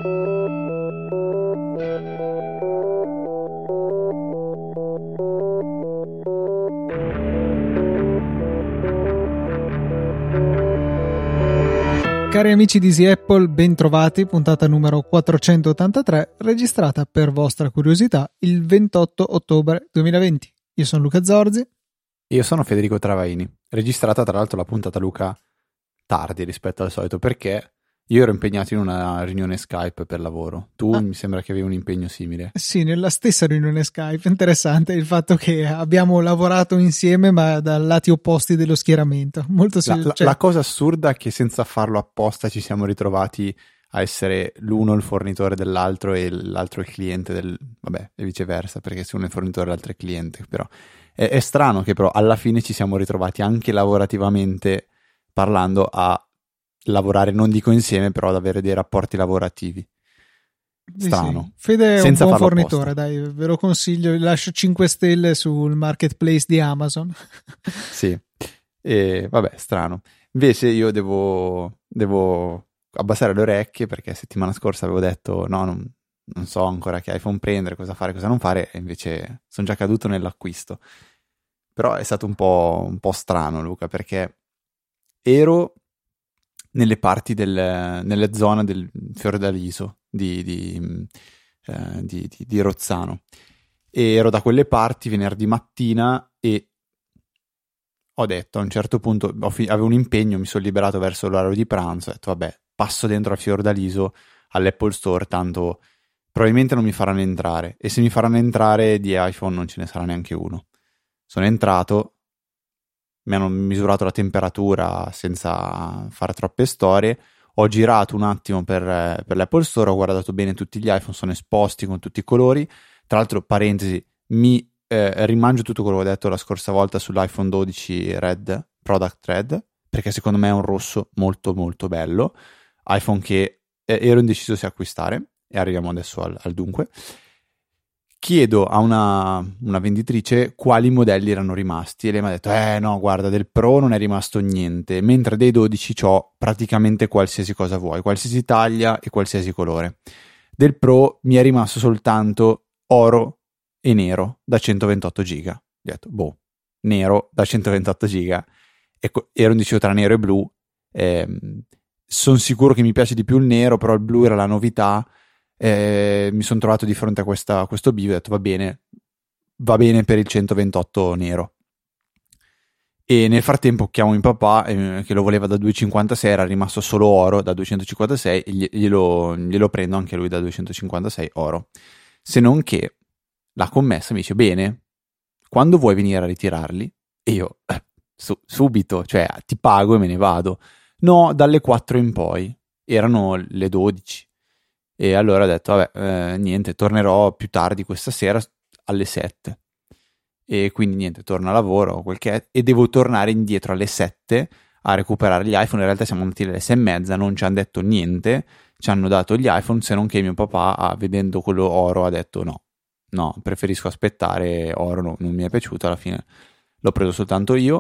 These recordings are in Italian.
Cari amici di Easy Apple, ben trovati, puntata numero 483, registrata per vostra curiosità il 28 ottobre 2020. Io sono Luca Zorzi. Io sono Federico Travaini. Registrata tra l'altro la puntata, Luca, tardi rispetto al solito, perché io ero impegnato in una riunione Skype per lavoro. Tu mi sembra che avevi un impegno simile. Sì, nella stessa riunione Skype. Interessante il fatto che abbiamo lavorato insieme ma da lati opposti dello schieramento. Molto la cosa assurda è che senza farlo apposta ci siamo ritrovati a essere l'uno il fornitore dell'altro e l'altro il cliente vabbè, e viceversa, perché se uno è il fornitore l'altro è il cliente. Però è strano che però alla fine ci siamo ritrovati anche lavorativamente parlando a lavorare, non dico insieme, però ad avere dei rapporti lavorativi. Strano. Sì. Fede è senza un buon fornitore, apposta. dai, ve lo consiglio, lascio 5 stelle sul marketplace di Amazon. Sì, e vabbè, strano. Invece io devo abbassare le orecchie, perché settimana scorsa avevo detto no, non so ancora che iPhone prendere, cosa fare, cosa non fare, e invece sono già caduto nell'acquisto. Però è stato un po' strano, Luca, perché ero nelle parti nelle zone del Fiordaliso di Rozzano, e ero da quelle parti venerdì mattina e ho detto a un certo punto, avevo un impegno, mi sono liberato verso l'orario di pranzo, ho detto vabbè, passo dentro a Fiordaliso all'Apple Store, tanto probabilmente non mi faranno entrare, e se mi faranno entrare di iPhone non ce ne sarà neanche uno. Sono entrato, mi hanno misurato la temperatura senza fare troppe storie, ho girato un attimo per l'Apple Store, ho guardato bene tutti gli iPhone, sono esposti con tutti i colori. Tra l'altro, parentesi, mi rimangio tutto quello che ho detto la scorsa volta sull'iPhone 12 Red, Product Red, perché secondo me è un rosso molto molto bello, iPhone che ero indeciso se acquistare, e arriviamo adesso al dunque. Chiedo a una venditrice quali modelli erano rimasti, e lei mi ha detto no, guarda, del Pro non è rimasto niente, mentre dei 12 c'ho praticamente qualsiasi cosa vuoi, qualsiasi taglia e qualsiasi colore. Del Pro mi è rimasto soltanto oro e nero da 128 giga. Gli ho detto nero da 128 giga, ero indeciso tra nero e blu. Sono sicuro che mi piace di più il nero, però il blu era la novità. Mi sono trovato di fronte a questo bivio, ho detto va bene per il 128 nero. E nel frattempo chiamo mio papà, che lo voleva da 256, era rimasto solo oro da 256, e glielo prendo anche lui da 256 oro. Se non che la commessa mi dice bene, quando vuoi venire a ritirarli? E io subito, cioè ti pago e me ne vado. No, dalle 4 in poi, erano le 12. E allora ho detto vabbè, niente, tornerò più tardi questa sera alle 7, e quindi niente, torno a lavoro e devo tornare indietro alle 7 a recuperare gli iPhone. In realtà siamo andati alle 6:30, non ci hanno detto niente, ci hanno dato gli iPhone, se non che mio papà, vedendo quello oro, ha detto no, preferisco aspettare, oro non mi è piaciuto, alla fine l'ho preso soltanto io.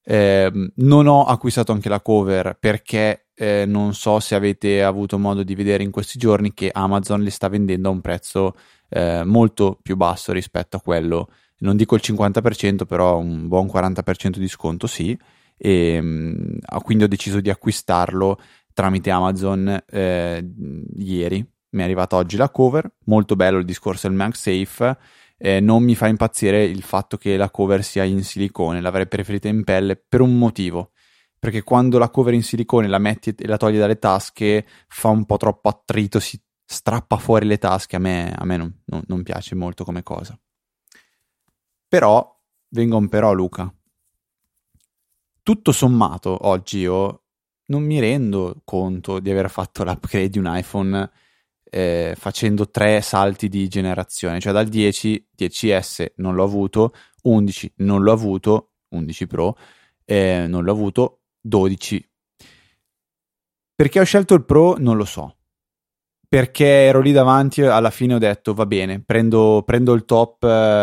Non ho acquistato anche la cover perché non so se avete avuto modo di vedere in questi giorni che Amazon le sta vendendo a un prezzo molto più basso rispetto a quello, non dico il 50%, però un buon 40% di sconto sì, e quindi ho deciso di acquistarlo tramite Amazon ieri. Mi è arrivata oggi la cover, molto bello il discorso del MagSafe. Non mi fa impazzire il fatto che la cover sia in silicone, l'avrei preferita in pelle per un motivo, perché quando la cover in silicone la metti e la togli dalle tasche fa un po' troppo attrito, si strappa fuori le tasche, a me non piace molto come cosa. Però, vengo un però, Luca, tutto sommato oggi io non mi rendo conto di aver fatto l'upgrade di un iPhone facendo 3 salti di generazione, cioè dal 10, 10S non l'ho avuto, 11 non l'ho avuto, 11 Pro non l'ho avuto, 12. Perché ho scelto il Pro non lo so, perché ero lì davanti e alla fine ho detto va bene, prendo il top,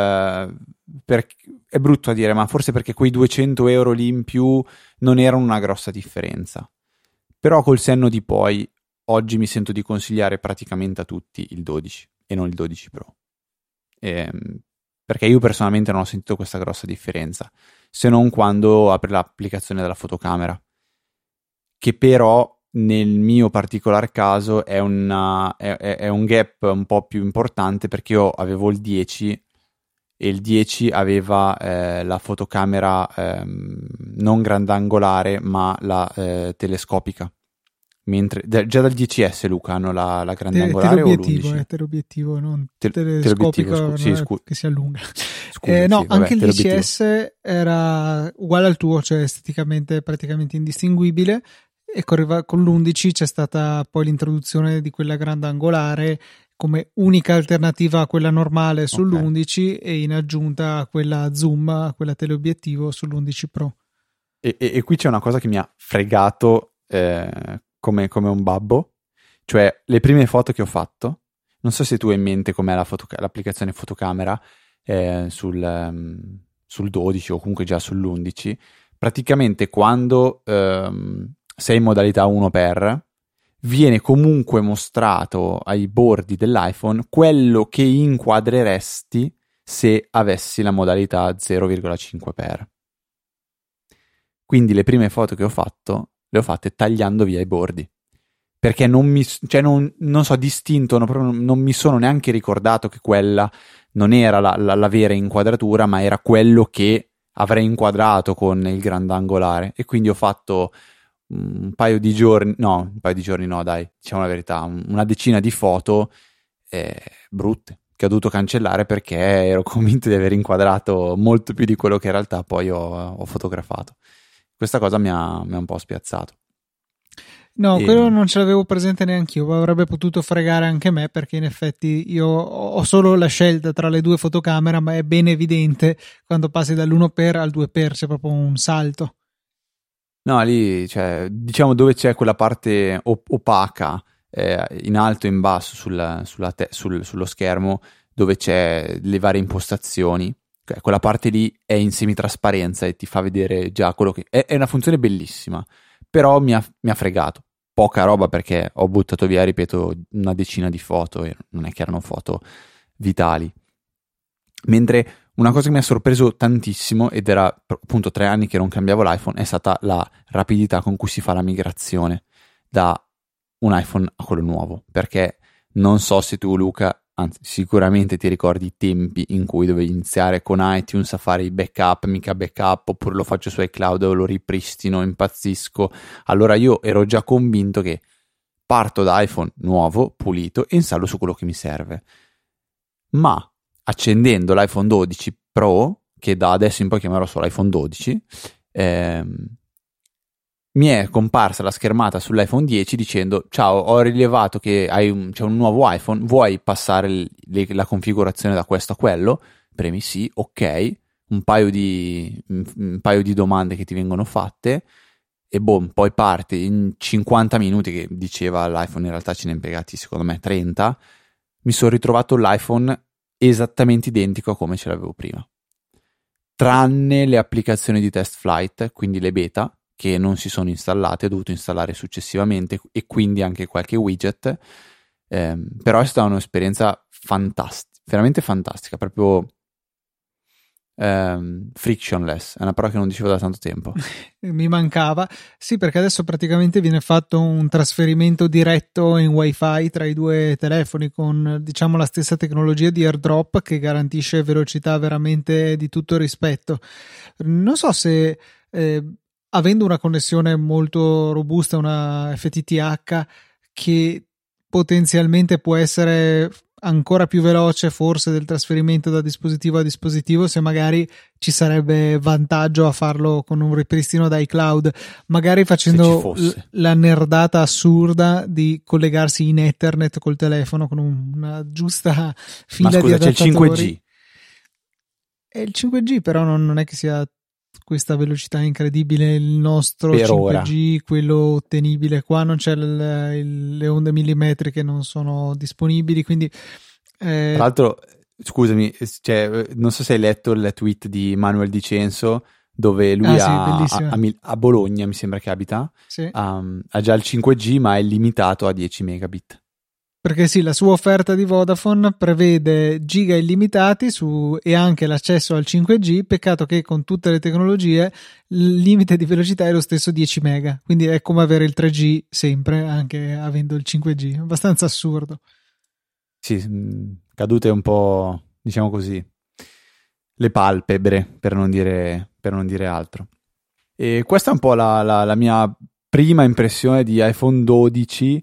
è brutto a dire, ma forse perché quei 200 euro lì in più non erano una grossa differenza. Però col senno di poi oggi mi sento di consigliare praticamente a tutti il 12 e non il 12 Pro. Perché io personalmente non ho sentito questa grossa differenza, se non quando apri l'applicazione della fotocamera, che però nel mio particolar caso è un gap un po' più importante, perché io avevo il 10 e il 10 aveva la fotocamera non grandangolare ma la telescopica, mentre già dal 10S, Luca, hanno la grandangolare o l'11? Teleobiettivo, non Teleobiettivo, telescopico, sì, che si allunga. Scusa, No, sì, vabbè, anche il teleobiettivo. 10S era uguale al tuo, cioè esteticamente praticamente indistinguibile, e con l'11 c'è stata poi l'introduzione di quella grandangolare come unica alternativa a quella normale sull'11 e in aggiunta a quella zoom, a quella teleobiettivo sull'11 Pro. E qui c'è una cosa che mi ha fregato come un babbo, cioè le prime foto che ho fatto, non so se tu hai in mente com'è l'applicazione fotocamera sul 12 o comunque già sull'11, praticamente quando sei in modalità 1x viene comunque mostrato ai bordi dell'iPhone quello che inquadreresti se avessi la modalità 0,5x. Quindi le prime foto che ho fatto le ho fatte tagliando via i bordi, perché non so, distinto, non mi sono neanche ricordato che quella non era la vera inquadratura, ma era quello che avrei inquadrato con il grandangolare. E quindi ho fatto un paio di giorni no, dai, diciamo la verità, una decina di foto brutte che ho dovuto cancellare perché ero convinto di aver inquadrato molto più di quello che in realtà poi ho fotografato. Questa cosa mi ha un po' spiazzato. No, quello non ce l'avevo presente neanche io, avrebbe potuto fregare anche me, perché in effetti io ho solo la scelta tra le due fotocamere, ma è ben evidente quando passi dall'1x al 2x, c'è proprio un salto. No, lì, cioè, diciamo dove c'è quella parte opaca, in alto e in basso sullo schermo, dove c'è le varie impostazioni, quella parte lì è in semitrasparenza e ti fa vedere già quello che... È una funzione bellissima, però mi ha fregato. Poca roba, perché ho buttato via, ripeto, una decina di foto e non è che erano foto vitali. Mentre una cosa che mi ha sorpreso tantissimo, ed era appunto 3 anni che non cambiavo l'iPhone, è stata la rapidità con cui si fa la migrazione da un iPhone a quello nuovo. Perché non so se tu, Luca, anzi sicuramente ti ricordi i tempi in cui dovevi iniziare con iTunes a fare i backup, mica backup, oppure lo faccio su iCloud o lo ripristino, impazzisco. Allora io ero già convinto che parto da iPhone nuovo, pulito, e installo su quello che mi serve. Ma accendendo l'iPhone 12 Pro, che da adesso in poi chiamerò solo iPhone 12, mi è comparsa la schermata sull'iPhone 10 dicendo: ciao, ho rilevato che c'è un nuovo iPhone, vuoi passare la configurazione da questo a quello? Premi sì, ok, un paio di domande che ti vengono fatte e boom, poi parte in 50 minuti, che diceva l'iPhone, in realtà ce ne ha impiegati secondo me 30. Mi sono ritrovato l'iPhone esattamente identico a come ce l'avevo prima, tranne le applicazioni di test flight, quindi le beta, che non si sono installate, ho dovuto installare successivamente, e quindi anche qualche widget. Però è stata un'esperienza fantastica, veramente fantastica, proprio frictionless, è una parola che non dicevo da tanto tempo. Mi mancava, sì, perché adesso praticamente viene fatto un trasferimento diretto in wifi tra i due telefoni con, diciamo, la stessa tecnologia di AirDrop, che garantisce velocità veramente di tutto rispetto. Non so se avendo una connessione molto robusta, una FTTH che potenzialmente può essere ancora più veloce forse del trasferimento da dispositivo a dispositivo, se magari ci sarebbe vantaggio a farlo con un ripristino da iCloud, magari facendo la nerdata assurda di collegarsi in Ethernet col telefono con una giusta fila di adattatori. C'è il 5G. E il 5G però non è che sia questa velocità incredibile. Il nostro per 5G, ora, quello ottenibile qua, non c'è le onde millimetriche, non sono disponibili, quindi tra l'altro, scusami, non so se hai letto il tweet di Manuel Di Censo dove lui sì, a Bologna, mi sembra che abita, sì. ha già il 5G, ma è limitato a 10 megabit. Perché sì, la sua offerta di Vodafone prevede giga illimitati e anche l'accesso al 5G, peccato che con tutte le tecnologie il limite di velocità è lo stesso 10 mega, quindi è come avere il 3G sempre, anche avendo il 5G, abbastanza assurdo. Sì, cadute un po', diciamo così, le palpebre, per non dire altro. E questa è un po' la mia prima impressione di iPhone 12.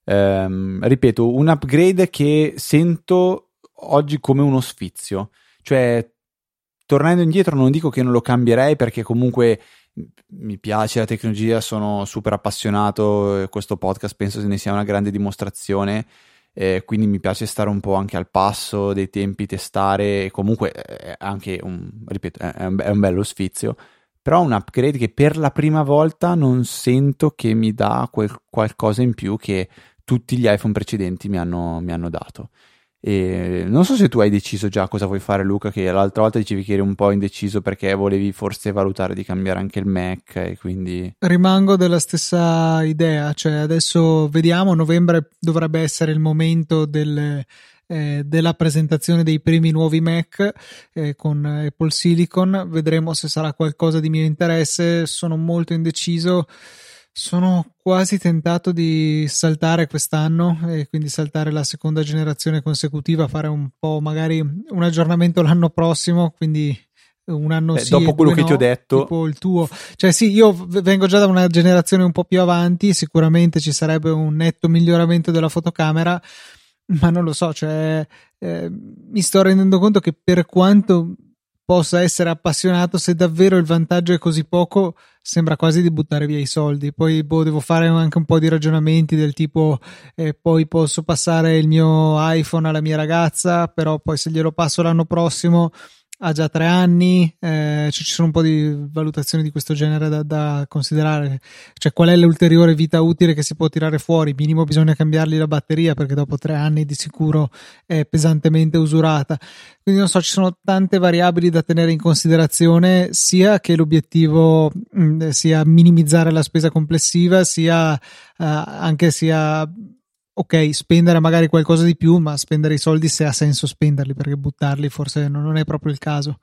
Ripeto, un upgrade che sento oggi come uno sfizio, cioè tornando indietro non dico che non lo cambierei, perché comunque mi piace la tecnologia, sono super appassionato, questo podcast penso se ne sia una grande dimostrazione, quindi mi piace stare un po' anche al passo dei tempi, testare, e comunque anche ripeto, è un bello sfizio. Però un upgrade che per la prima volta non sento che mi dà qualcosa in più che tutti gli iPhone precedenti mi hanno dato. E non so se tu hai deciso già cosa vuoi fare, Luca, che l'altra volta dicevi che eri un po' indeciso perché volevi forse valutare di cambiare anche il Mac e quindi... Rimango della stessa idea, cioè adesso vediamo, novembre dovrebbe essere il momento della presentazione dei primi nuovi Mac con Apple Silicon, vedremo se sarà qualcosa di mio interesse, sono molto indeciso, sono quasi tentato di saltare quest'anno e quindi saltare la seconda generazione consecutiva, fare un po' magari un aggiornamento l'anno prossimo, quindi un anno sì dopo e quello due che ti ho no, detto, tipo il tuo. Cioè sì, io vengo già da una generazione un po' più avanti, sicuramente ci sarebbe un netto miglioramento della fotocamera, ma non lo so, cioè mi sto rendendo conto che per quanto possa essere appassionato, se davvero il vantaggio è così poco, sembra quasi di buttare via i soldi. Poi devo fare anche un po' di ragionamenti del tipo poi posso passare il mio iPhone alla mia ragazza, però poi se glielo passo l'anno prossimo ha già 3 anni, ci sono un po' di valutazioni di questo genere da considerare, cioè qual è l'ulteriore vita utile che si può tirare fuori, minimo bisogna cambiargli la batteria perché dopo 3 anni di sicuro è pesantemente usurata, quindi non so, ci sono tante variabili da tenere in considerazione, sia che l'obiettivo sia minimizzare la spesa complessiva, sia ok, spendere magari qualcosa di più, ma spendere i soldi se ha senso spenderli, perché buttarli forse non è proprio il caso.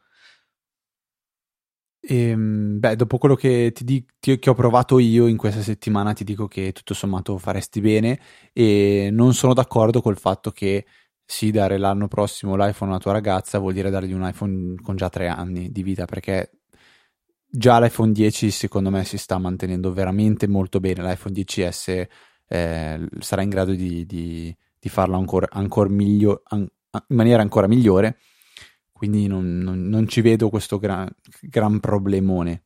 dopo quello che che ho provato io in questa settimana, ti dico che tutto sommato faresti bene, e non sono d'accordo col fatto che sì, dare l'anno prossimo l'iPhone alla tua ragazza vuol dire dargli un iPhone con già 3 anni di vita, perché già l'iPhone 10 secondo me si sta mantenendo veramente molto bene. L'iPhone 10S sarà in grado di farlo in maniera ancora migliore, quindi non ci vedo questo gran problemone.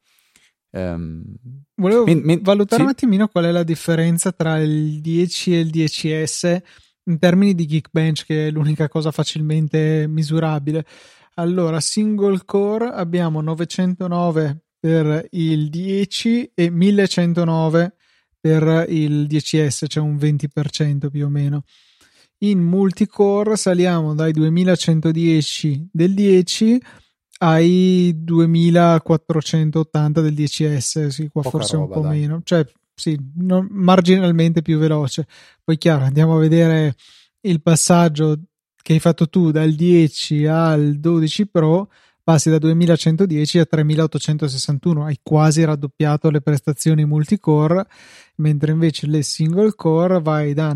Volevo valutare sì? un attimino qual è la differenza tra il 10 e il 10S in termini di Geekbench, che è l'unica cosa facilmente misurabile. Allora, single core abbiamo 909 per il 10 e 1109 per il 10S, cioè un 20% più o meno. In multicore saliamo dai 2110 del 10 ai 2480 del 10S, sì, qua Poca forse un roba, po' dai. meno, cioè sì, marginalmente più veloce. Poi chiaro, andiamo a vedere il passaggio che hai fatto tu dal 10 al 12 Pro, passi da 2110 a 3861, hai quasi raddoppiato le prestazioni multicore, mentre invece le single core vai da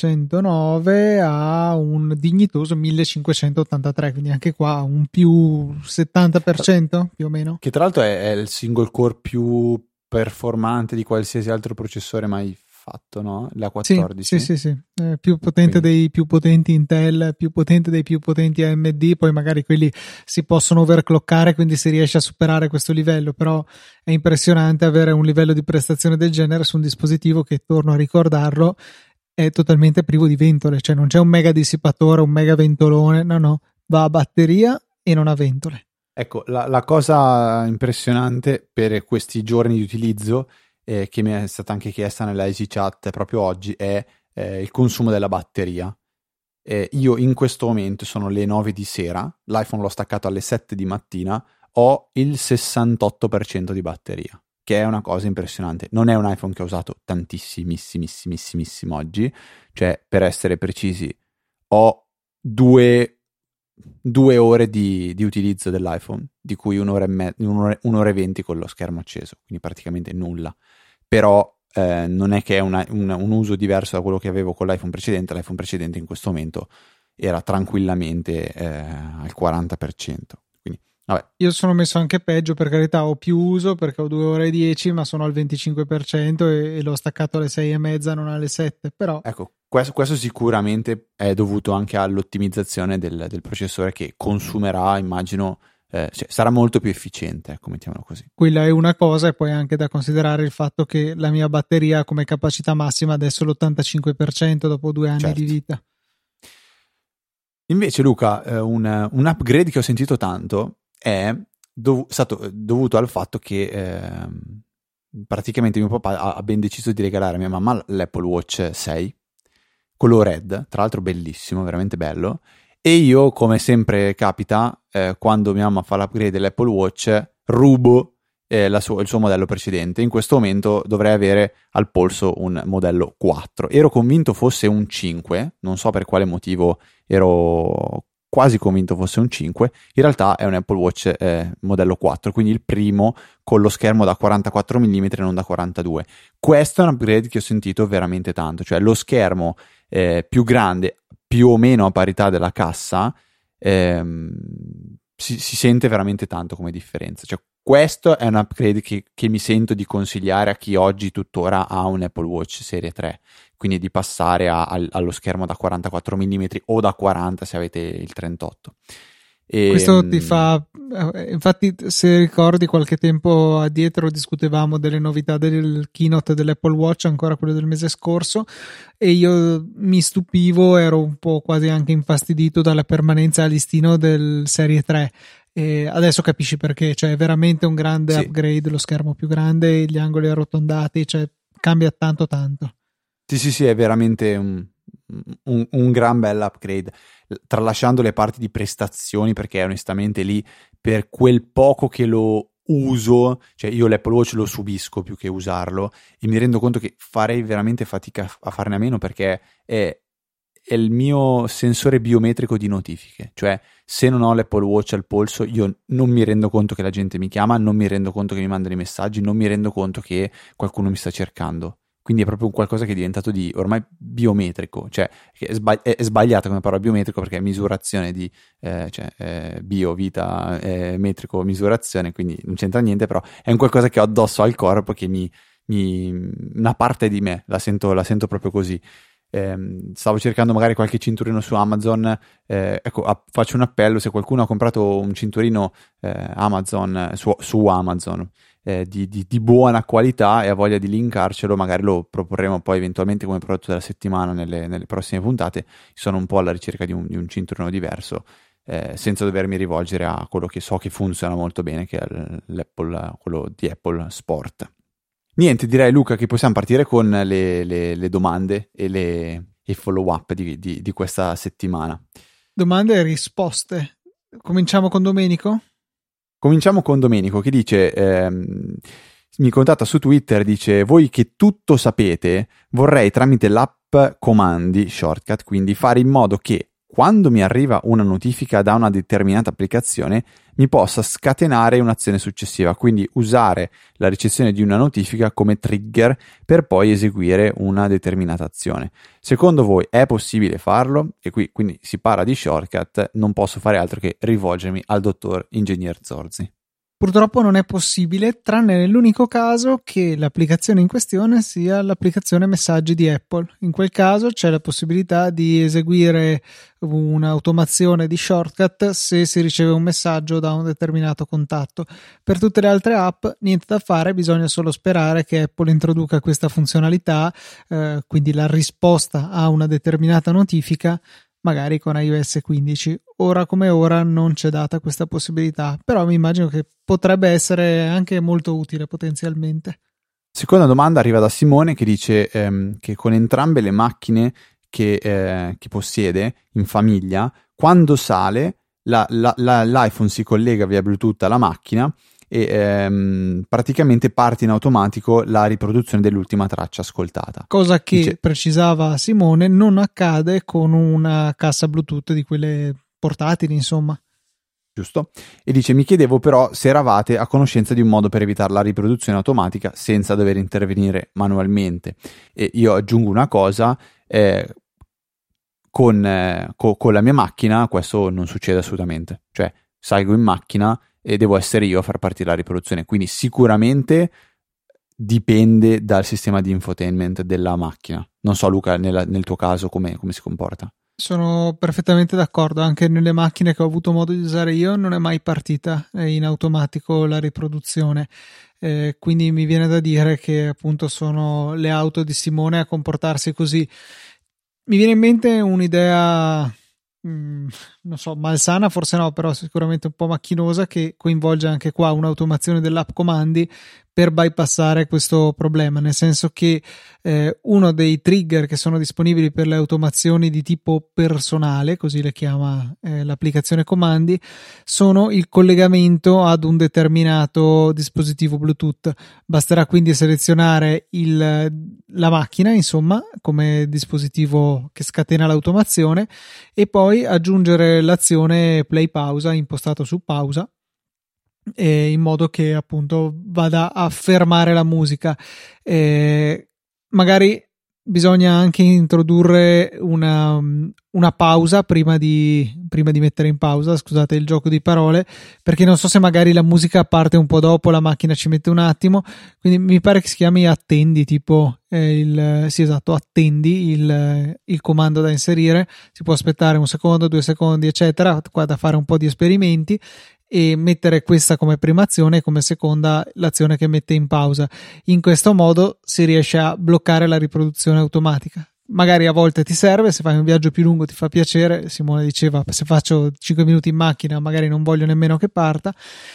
909 a un dignitoso 1583, quindi anche qua un più 70% più o meno. Che tra l'altro è il single core più performante di qualsiasi altro processore mai fatto, no? La Sì, 14. sì. Più potente Quindi dei più potenti Intel, più potente dei più potenti AMD, poi magari quelli si possono overclockare, quindi si riesce a superare questo livello, però è impressionante avere un livello di prestazione del genere su un dispositivo che, torno a ricordarlo, è totalmente privo di ventole, cioè non c'è un mega dissipatore, un mega ventolone, no, va a batteria e non ha ventole. ecco, la cosa impressionante per questi giorni di utilizzo, che mi è stata anche chiesta nella Easy Chat proprio oggi, è il consumo della batteria. Io in questo momento sono le 9 di sera, l'iPhone l'ho staccato alle 7 di mattina, ho il 68% di batteria, che è una cosa impressionante. Non è un iPhone che ho usato tantissimissimissimo oggi, cioè per essere precisi ho due ore di utilizzo dell'iPhone, di cui un'ora e 20 con lo schermo acceso, quindi praticamente nulla. Però non è che è un uso diverso da quello che avevo con l'iPhone precedente. L'iPhone precedente in questo momento era tranquillamente al 40%. Quindi, vabbè. Io sono messo anche peggio, per carità, ho più uso perché ho 2 ore e 10, ma sono al 25% e l'ho staccato alle 6 e mezza, non alle 7. Però ecco, questo sicuramente è dovuto anche all'ottimizzazione del processore, che consumerà, immagino, cioè, sarà molto più efficiente, ecco, mettiamolo così. quella è una cosa, e poi anche da considerare il fatto che la mia batteria come capacità massima adesso è l'85% dopo 2 anni Certo. di vita. Invece, Luca, un upgrade che ho sentito tanto è stato dovuto al fatto che praticamente mio papà ha ben deciso di regalare a mia mamma l'Apple Watch 6, quello red, tra l'altro bellissimo, veramente bello. E io, come sempre capita, quando mia mamma fa l'upgrade dell'Apple Watch, rubo il suo modello precedente. In questo momento dovrei avere al polso un modello 4. Ero convinto fosse un 5, non so per quale motivo ero quasi convinto fosse un 5. In realtà è un Apple Watch modello 4, quindi il primo con lo schermo da 44 mm e non da 42. Questo è un upgrade che ho sentito veramente tanto, cioè lo schermo più grande, più o meno a parità della cassa, si sente veramente tanto come differenza. Cioè, questo è un upgrade che mi sento di consigliare a chi oggi tuttora ha un Apple Watch Serie 3, quindi di passare allo schermo da 44 mm o da 40 se avete il 38. Questo ti fa, infatti, se ricordi, qualche tempo addietro discutevamo delle novità del keynote dell'Apple Watch, ancora quello del mese scorso, e io mi stupivo, ero un po' quasi anche infastidito dalla permanenza a listino del Serie 3. E adesso capisci perché, cioè è veramente un grande upgrade, lo schermo più grande, gli angoli arrotondati, cioè cambia tanto. Sì, è veramente un gran bel upgrade, tralasciando le parti di prestazioni, perché onestamente lì, per quel poco che lo uso, cioè io l'Apple Watch lo subisco più che usarlo, e mi rendo conto che farei veramente fatica a farne a meno, perché è il mio sensore biometrico di notifiche. Cioè, se non ho l'Apple Watch al polso, io non mi rendo conto che la gente mi chiama, non mi rendo conto che mi mandano i messaggi, non mi rendo conto che qualcuno mi sta cercando. Quindi è proprio qualcosa che è diventato ormai biometrico. Cioè è sbagliata come parola biometrico, perché è misurazione di bio, vita, metrico, misurazione, quindi non c'entra niente, però è un qualcosa che ho addosso al corpo, che una parte di me la sento proprio così. Stavo cercando magari qualche cinturino su Amazon, ecco, faccio un appello: se qualcuno ha comprato un cinturino Amazon, su Amazon, di buona qualità e ha voglia di linkarcelo, magari lo proporremo poi eventualmente come prodotto della settimana nelle prossime puntate. Sono un po' alla ricerca di un cinturino diverso, senza dovermi rivolgere a quello che so che funziona molto bene, che è quello di Apple Sport. Niente, direi, Luca, che possiamo partire con le domande e follow up di questa settimana. Domande e risposte. Cominciamo con Domenico? Cominciamo con Domenico, che dice, mi contatta su Twitter, dice: voi che tutto sapete, vorrei tramite l'app comandi Shortcut, quindi fare in modo che quando mi arriva una notifica da una determinata applicazione mi possa scatenare un'azione successiva, quindi usare la ricezione di una notifica come trigger per poi eseguire una determinata azione. Secondo voi è possibile farlo? E qui quindi si parla di Shortcut, non posso fare altro che rivolgermi al dottor Ingegner Zorzi. Purtroppo non è possibile, tranne nell'unico caso che l'applicazione in questione sia l'applicazione messaggi di Apple. In quel caso c'è la possibilità di eseguire un'automazione di Shortcut se si riceve un messaggio da un determinato contatto. Per tutte le altre app niente da fare, bisogna solo sperare che Apple introduca questa funzionalità, quindi la risposta a una determinata notifica, magari con iOS 15. Ora come ora non c'è data questa possibilità, però mi immagino che potrebbe essere anche molto utile potenzialmente. Seconda domanda arriva da Simone, che dice che con entrambe le macchine che possiede in famiglia, quando sale l'iPhone si collega via Bluetooth alla macchina e praticamente parte in automatico la riproduzione dell'ultima traccia ascoltata. Cosa che, precisava Simone, non accade con una cassa Bluetooth di quelle portatili, insomma. Giusto? E dice: mi chiedevo però se eravate a conoscenza di un modo per evitare la riproduzione automatica senza dover intervenire manualmente. E io aggiungo una cosa, con la mia macchina questo non succede assolutamente, cioè salgo in macchina e devo essere io a far partire la riproduzione, quindi sicuramente dipende dal sistema di infotainment della macchina. Non so, Luca, nel tuo caso come si comporta. Sono perfettamente d'accordo, anche nelle macchine che ho avuto modo di usare io non è mai partita in automatico la riproduzione, quindi mi viene da dire che appunto sono le auto di Simone a comportarsi così. Mi viene in mente un'idea, non so, malsana forse no, però sicuramente un po' macchinosa, che coinvolge anche qua un'automazione dell'app comandi per bypassare questo problema, nel senso che uno dei trigger che sono disponibili per le automazioni di tipo personale, così le chiama l'applicazione comandi, sono il collegamento ad un determinato dispositivo Bluetooth. Basterà quindi selezionare la macchina, insomma, come dispositivo che scatena l'automazione, e poi aggiungere l'azione play pausa impostato su pausa, in modo che appunto vada a fermare la musica. Magari bisogna anche introdurre una pausa prima di mettere in pausa, scusate il gioco di parole, perché non so se magari la musica parte un po' dopo, la macchina ci mette un attimo, quindi mi pare che si chiami attendi, tipo sì, esatto, attendi il comando da inserire. Si può aspettare 1 secondo, 2 secondi eccetera, qua da fare un po' di esperimenti, e mettere questa come prima azione e come seconda l'azione che mette in pausa. In questo modo si riesce a bloccare la riproduzione automatica. Magari a volte ti serve, se fai un viaggio più lungo ti fa piacere. Simone diceva: se faccio 5 minuti in macchina magari non voglio nemmeno che parta.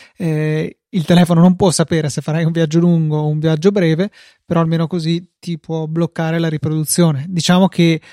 Il telefono non può sapere se farai un viaggio lungo o un viaggio breve, però almeno così ti può bloccare la riproduzione. Diciamo che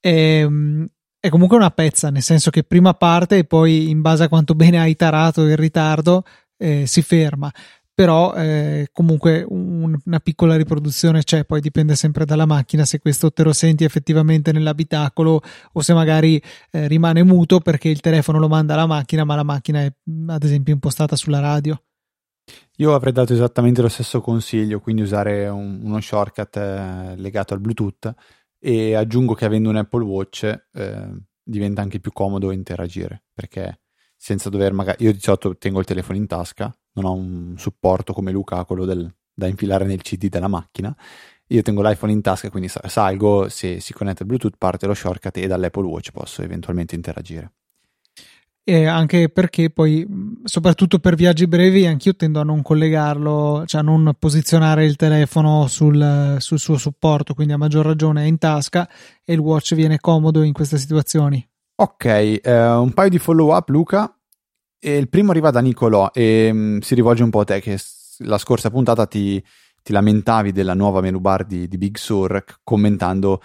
è comunque una pezza, nel senso che prima parte e poi, in base a quanto bene hai tarato il ritardo, si ferma. Però comunque una piccola riproduzione c'è, poi dipende sempre dalla macchina, se questo te lo senti effettivamente nell'abitacolo o se magari rimane muto perché il telefono lo manda alla macchina, ma la macchina è ad esempio impostata sulla radio. Io avrei dato esattamente lo stesso consiglio, quindi usare uno shortcut legato al Bluetooth, e aggiungo che avendo un Apple Watch diventa anche più comodo interagire, perché senza dover magari, io di solito tengo il telefono in tasca, non ho un supporto come Luca, quello da infilare nel CD della macchina. Io tengo l'iPhone in tasca, quindi salgo, se si connette al Bluetooth parte lo shortcut e dall'Apple Watch posso eventualmente interagire. E anche perché poi, soprattutto per viaggi brevi, anch'io tendo a non collegarlo, cioè a non posizionare il telefono sul suo supporto, quindi a maggior ragione è in tasca e il watch viene comodo in queste situazioni. Ok, un paio di follow up, Luca. E il primo arriva da Nicolò e si rivolge un po' a te, che la scorsa puntata ti lamentavi della nuova menu bar di Big Sur, commentando,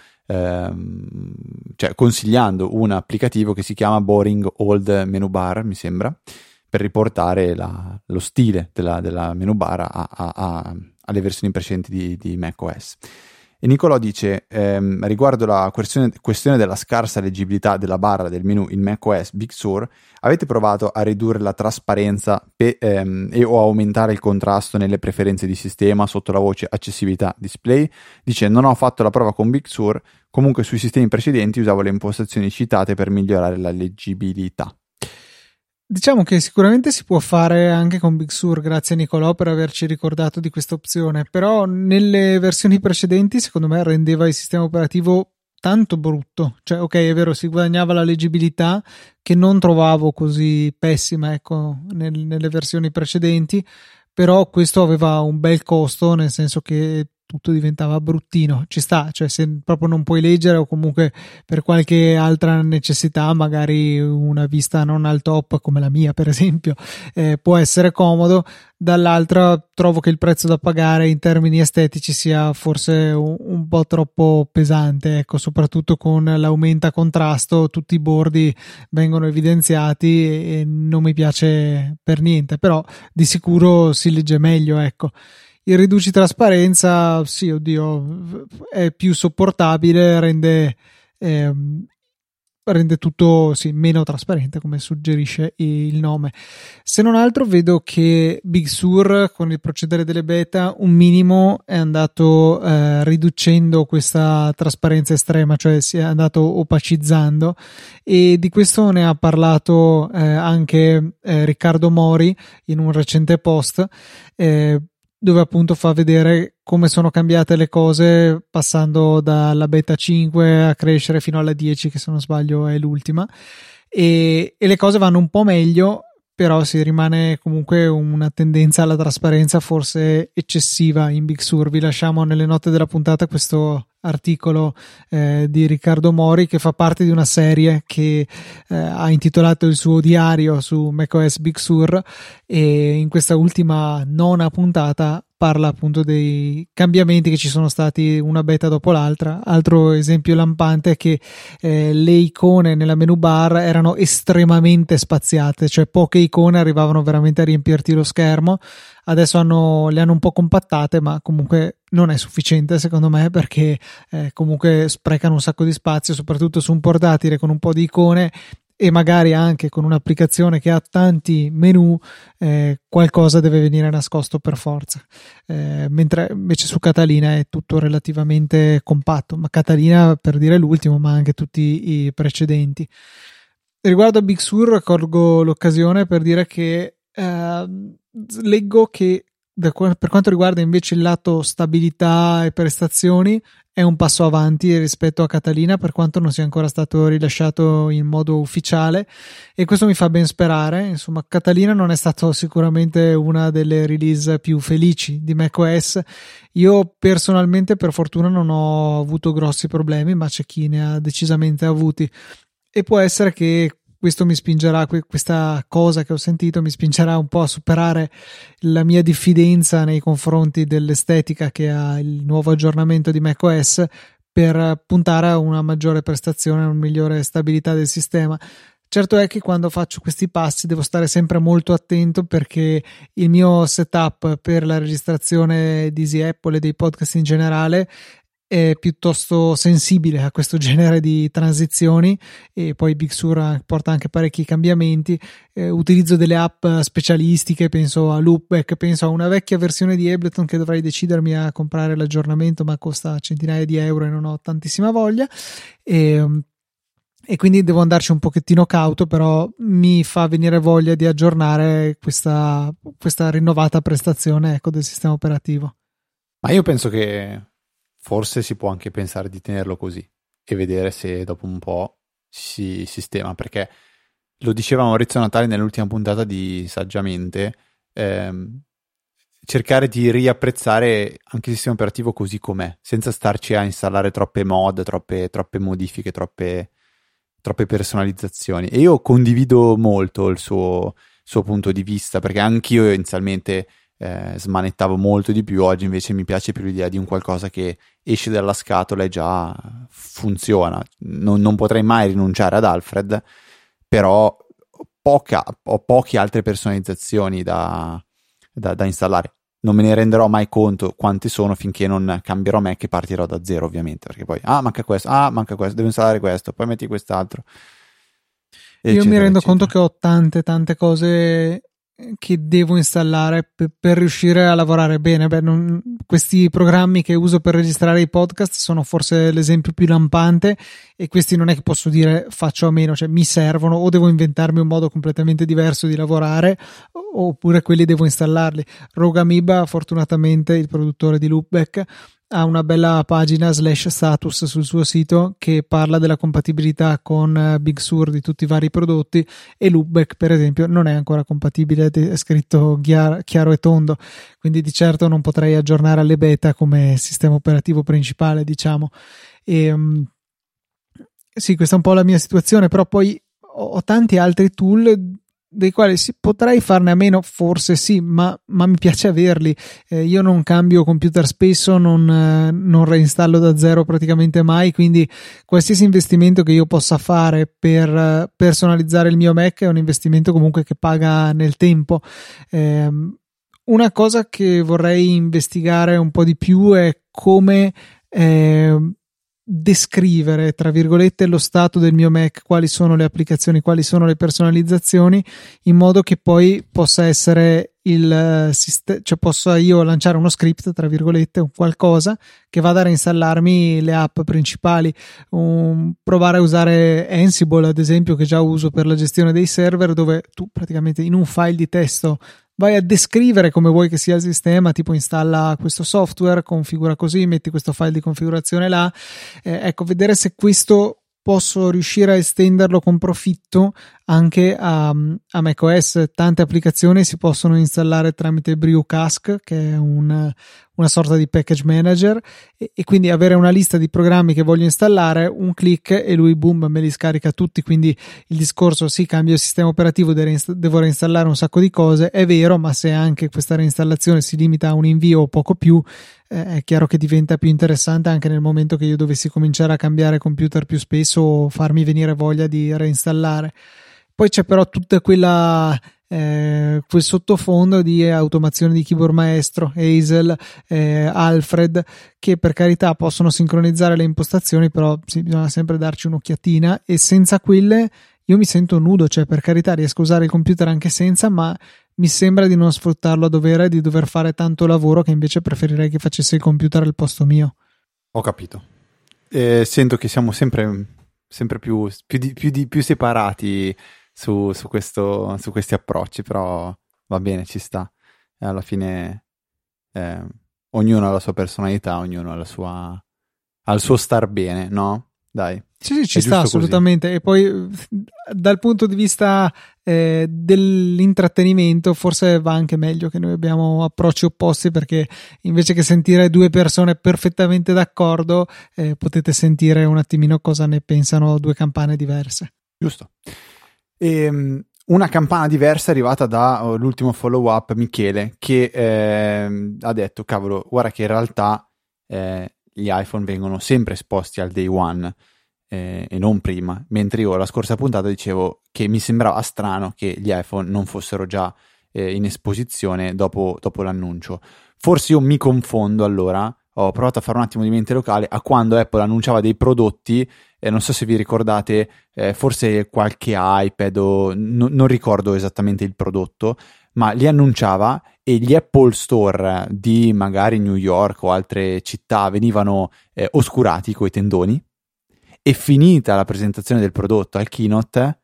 cioè consigliando un applicativo che si chiama Boring Old Menu Bar, mi sembra, per riportare lo stile della menu bar alle versioni precedenti di macOS. E Nicolò dice, riguardo la questione della scarsa leggibilità della barra del menu in macOS Big Sur, avete provato a ridurre la trasparenza o aumentare il contrasto nelle preferenze di sistema sotto la voce accessibilità display? Dice: non ho fatto la prova con Big Sur, comunque sui sistemi precedenti usavo le impostazioni citate per migliorare la leggibilità. Diciamo che sicuramente si può fare anche con Big Sur, grazie a Nicolò per averci ricordato di questa opzione, però nelle versioni precedenti secondo me rendeva il sistema operativo tanto brutto, cioè ok, è vero, si guadagnava la leggibilità che non trovavo così pessima, ecco, nelle versioni precedenti, però questo aveva un bel costo, nel senso che tutto diventava bruttino. Ci sta, cioè se proprio non puoi leggere o comunque per qualche altra necessità, magari una vista non al top come la mia per esempio, può essere comodo. Dall'altra trovo che il prezzo da pagare in termini estetici sia forse un po' troppo pesante, ecco, soprattutto con l'aumento a contrasto, tutti i bordi vengono evidenziati e non mi piace per niente, però di sicuro si legge meglio, ecco. Il riduci trasparenza, sì, oddio, è più sopportabile, rende tutto sì, meno trasparente, come suggerisce il nome. Se non altro vedo che Big Sur con il procedere delle beta un minimo è andato riducendo questa trasparenza estrema, cioè si è andato opacizzando, e di questo ne ha parlato anche Riccardo Mori in un recente post, dove appunto fa vedere come sono cambiate le cose passando dalla beta 5 a crescere fino alla 10, che se non sbaglio è l'ultima, e le cose vanno un po' meglio, però si rimane comunque una tendenza alla trasparenza forse eccessiva in Big Sur. Vi lasciamo nelle note della puntata questo articolo di Riccardo Mori, che fa parte di una serie che ha intitolato il suo diario su macOS Big Sur, e in questa ultima nona puntata parla appunto dei cambiamenti che ci sono stati una beta dopo l'altra. Altro esempio lampante è che le icone nella menu bar erano estremamente spaziate, cioè poche icone arrivavano veramente a riempirti lo schermo. Adesso le hanno un po' compattate, ma comunque non è sufficiente secondo me, perché comunque sprecano un sacco di spazio, soprattutto su un portatile con un po' di icone e magari anche con un'applicazione che ha tanti menu. Qualcosa deve venire nascosto per forza, mentre invece su Catalina è tutto relativamente compatto, ma Catalina per dire l'ultimo, ma anche tutti i precedenti. Riguardo a Big Sur colgo l'occasione per dire che leggo che per quanto riguarda invece il lato stabilità e prestazioni è un passo avanti rispetto a Catalina, per quanto non sia ancora stato rilasciato in modo ufficiale, e questo mi fa ben sperare. Insomma, Catalina non è stato sicuramente una delle release più felici di macOS. Io personalmente per fortuna non ho avuto grossi problemi, ma c'è chi ne ha decisamente avuti, e può essere che questo mi spingerà, questa cosa che ho sentito mi spingerà un po' a superare la mia diffidenza nei confronti dell'estetica che ha il nuovo aggiornamento di macOS, per puntare a una maggiore prestazione, a una migliore stabilità del sistema. Certo è che quando faccio questi passi devo stare sempre molto attento, perché il mio setup per la registrazione di Easy Apple e dei podcast in generale è piuttosto sensibile a questo genere di transizioni, e poi Big Sur porta anche parecchi cambiamenti. Utilizzo delle app specialistiche, penso a Loopback, penso a una vecchia versione di Ableton che dovrei decidermi a comprare l'aggiornamento, ma costa centinaia di euro e non ho tantissima voglia, e quindi devo andarci un pochettino cauto, però mi fa venire voglia di aggiornare questa rinnovata prestazione, ecco, del sistema operativo. Ma io penso che forse si può anche pensare di tenerlo così e vedere se dopo un po' si sistema, perché lo diceva Maurizio Natali nell'ultima puntata di Saggiamente, cercare di riapprezzare anche il sistema operativo così com'è, senza starci a installare troppe mod, troppe modifiche, troppe personalizzazioni. E io condivido molto il suo punto di vista, perché anch'io inizialmente smanettavo molto di più. Oggi invece mi piace più l'idea di un qualcosa che esce dalla scatola e già funziona. Non potrei mai rinunciare ad Alfred, però ho poche altre personalizzazioni da installare. Non me ne renderò mai conto quante sono finché non cambierò Mac, che partirò da zero ovviamente, perché poi manca questo, devo installare questo, poi metti quest'altro, io mi rendo conto che ho tante cose che devo installare per riuscire a lavorare bene. Questi programmi che uso per registrare i podcast sono forse l'esempio più lampante, e questi non è che posso dire faccio a meno, cioè mi servono, o devo inventarmi un modo completamente diverso di lavorare, oppure quelli devo installarli. Rogue Amoeba, fortunatamente, il produttore di Loopback, ha una bella pagina /status sul suo sito che parla della compatibilità con Big Sur di tutti i vari prodotti, e Loopback per esempio non è ancora compatibile, è scritto chiaro e tondo, quindi di certo non potrei aggiornare alle beta come sistema operativo principale, diciamo. E sì, questa è un po' la mia situazione, però poi ho tanti altri tool dei quali potrei farne a meno, forse sì, ma mi piace averli. Io non cambio computer spesso, non reinstallo da zero praticamente mai, quindi qualsiasi investimento che io possa fare per personalizzare il mio Mac è un investimento comunque che paga nel tempo. Una cosa che vorrei investigare un po' di più è come descrivere, tra virgolette, lo stato del mio Mac, quali sono le applicazioni, quali sono le personalizzazioni, in modo che poi possa essere cioè possa io lanciare uno script, tra virgolette, o qualcosa che vada a reinstallarmi le app principali, provare a usare Ansible ad esempio, che già uso per la gestione dei server, dove tu praticamente in un file di testo vai a descrivere come vuoi che sia il sistema, tipo installa questo software, configura così, metti questo file di configurazione là. Ecco, vedere se questo posso riuscire a estenderlo con profitto anche a macOS. Tante applicazioni si possono installare tramite Brewcask, che è una sorta di package manager, e quindi avere una lista di programmi che voglio installare, un click e lui boom me li scarica tutti. Quindi il discorso, sì, cambio il sistema operativo, devo reinstallare un sacco di cose, è vero, ma se anche questa reinstallazione si limita a un invio o poco più, è chiaro che diventa più interessante anche nel momento che io dovessi cominciare a cambiare computer più spesso o farmi venire voglia di reinstallare. Poi c'è però tutta quel sottofondo di automazione di keyboard maestro, Hazel, Alfred, che per carità possono sincronizzare le impostazioni, però sì, bisogna sempre darci un'occhiatina, e senza quelle io mi sento nudo. Cioè, per carità, riesco a usare il computer anche senza, ma mi sembra di non sfruttarlo a dovere e di dover fare tanto lavoro che invece preferirei che facesse il computer al posto mio. Ho capito. Sento che siamo sempre più separati su questi approcci, però va bene, ci sta. Alla fine ognuno ha la sua personalità, ognuno ha il suo star bene, no? Dai. Sì, ci sta assolutamente. Così. E poi dal punto di vista dell'intrattenimento forse va anche meglio che noi abbiamo approcci opposti, perché invece che sentire due persone perfettamente d'accordo potete sentire un attimino cosa ne pensano due campane diverse. Giusto. Una campana diversa è arrivata dall'ultimo follow up, Michele, che ha detto: cavolo, guarda che in realtà gli iPhone vengono sempre esposti al day one e non prima, mentre io la scorsa puntata dicevo che mi sembrava strano che gli iPhone non fossero già in esposizione dopo l'annuncio. Forse io mi confondo, allora ho provato a fare un attimo di mente locale a quando Apple annunciava dei prodotti, non so se vi ricordate, forse qualche iPad o non ricordo esattamente il prodotto, ma li annunciava e gli Apple Store di magari New York o altre città venivano oscurati coi tendoni, e finita la presentazione del prodotto al keynote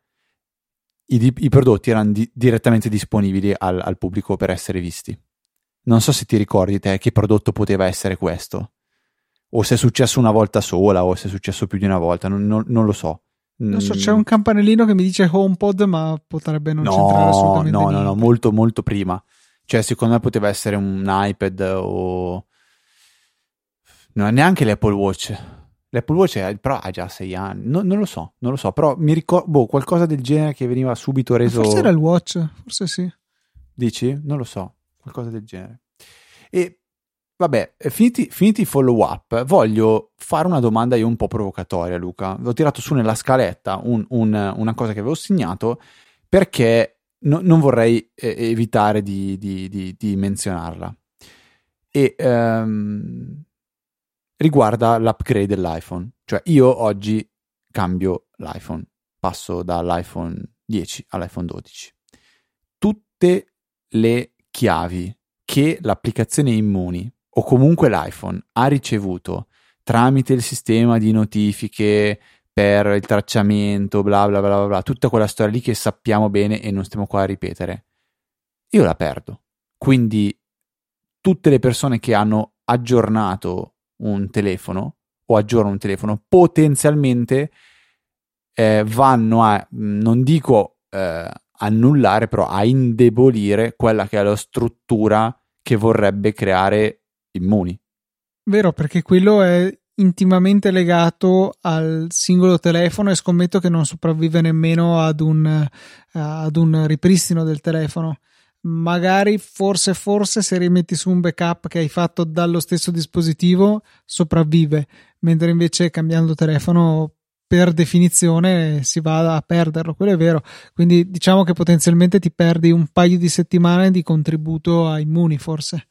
i prodotti erano direttamente disponibili al pubblico per essere visti. Non so se ti ricordi te che prodotto poteva essere questo, o se è successo una volta sola o se è successo più di una volta, non lo so. Non so, c'è un campanellino che mi dice HomePod, ma potrebbe non c'entrare assolutamente niente. No, molto molto prima. Cioè, secondo me poteva essere un iPad o no, neanche l'Apple Watch. L'Apple Watch però ha già 6 anni, non lo so, però mi ricordo qualcosa del genere che veniva subito reso. Forse era il Watch, forse sì. Dici? Non lo so, qualcosa del genere. E vabbè, finiti i follow up, voglio fare una domanda io un po' provocatoria, Luca. Ho tirato su nella scaletta una cosa che avevo segnato, perché non vorrei evitare di menzionarla. E riguarda l'upgrade dell'iPhone. Cioè, io oggi cambio l'iPhone, passo dall'iPhone 10 all'iPhone 12. Tutte le chiavi che l'applicazione Immuni o comunque l'iPhone ha ricevuto tramite il sistema di notifiche per il tracciamento, bla bla bla bla, tutta quella storia lì che sappiamo bene e non stiamo qua a ripetere, io la perdo. Quindi tutte le persone che hanno aggiornato un telefono o aggiornano un telefono potenzialmente vanno a, non dico annullare, però a indebolire quella che è la struttura che vorrebbe creare Immuni. Vero, perché quello è intimamente legato al singolo telefono e scommetto che non sopravvive nemmeno ad un ripristino del telefono. Magari forse se rimetti su un backup che hai fatto dallo stesso dispositivo sopravvive, mentre invece cambiando telefono per definizione si va a perderlo, quello è vero. Quindi diciamo che potenzialmente ti perdi un paio di settimane di contributo a Immuni, forse.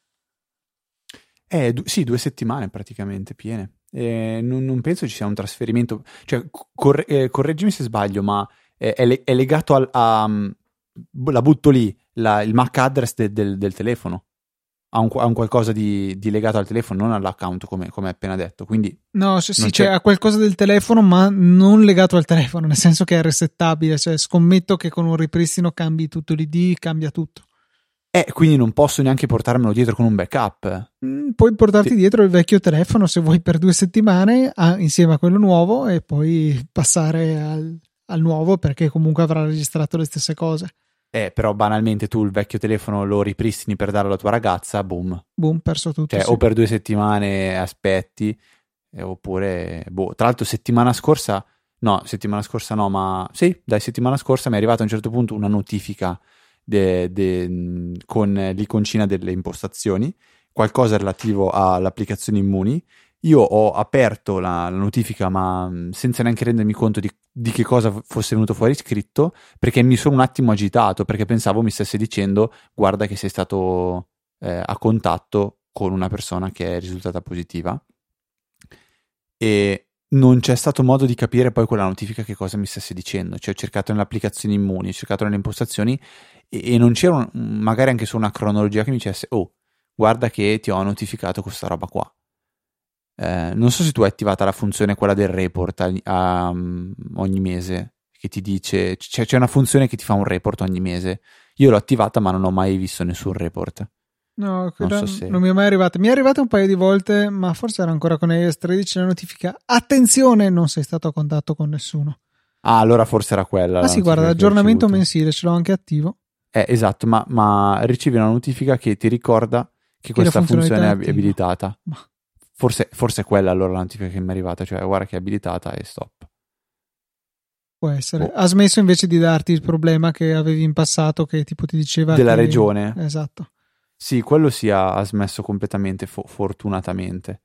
Sì, 2 settimane praticamente piene. Non penso ci sia un trasferimento, cioè correggimi se sbaglio, ma è legato la butto lì, il MAC address del telefono. Ha un qualcosa di legato al telefono, non all'account come appena detto. Quindi no, sì, c'è a qualcosa del telefono, ma non legato al telefono, nel senso che è resettabile. Cioè, scommetto che con un ripristino cambi tutto l'ID, cambia tutto. Quindi non posso neanche portarmelo dietro con un backup. Puoi portarti dietro il vecchio telefono se vuoi per 2 settimane insieme a quello nuovo e poi passare al nuovo, perché comunque avrà registrato le stesse cose. Però banalmente tu il vecchio telefono lo ripristini per darlo alla tua ragazza, boom, Perso tutto. cioè, sì. O per 2 settimane aspetti, oppure tra l'altro settimana scorsa no, ma sì, dai, settimana scorsa mi è arrivata a un certo punto una notifica con l'iconcina delle impostazioni, qualcosa relativo all'applicazione Immuni. Io ho aperto la notifica, ma senza neanche rendermi conto di che cosa fosse venuto fuori scritto, perché mi sono un attimo agitato, perché pensavo mi stesse dicendo guarda che sei stato a contatto con una persona che è risultata positiva, e non c'è stato modo di capire poi quella notifica che cosa mi stesse dicendo. Cioè ho cercato nelle applicazioni Immuni, ho cercato nelle impostazioni e non c'era magari anche su una cronologia che mi dicesse oh, guarda che ti ho notificato questa roba qua. Non so se tu hai attivata la funzione quella del report ogni mese, che ti dice c'è una funzione che ti fa un report ogni mese. Io l'ho attivata ma non ho mai visto nessun report. No, non mi è mai arrivata. Mi è arrivata un paio di volte, ma forse era ancora con iOS 13 la notifica attenzione, non sei stato a contatto con nessuno. Allora forse era quella. Ah sì, guarda, aggiornamento mensile, ce l'ho anche attivo. Esatto, ma ricevi una notifica che ti ricorda che questa funzione è abilitata. Ma forse è quella allora la notifica che mi è arrivata, cioè guarda che è abilitata e stop. Può essere. Ha smesso invece di darti il problema che avevi in passato, che tipo ti diceva della regione. Esatto. Sì, quello sì, ha smesso completamente, fortunatamente.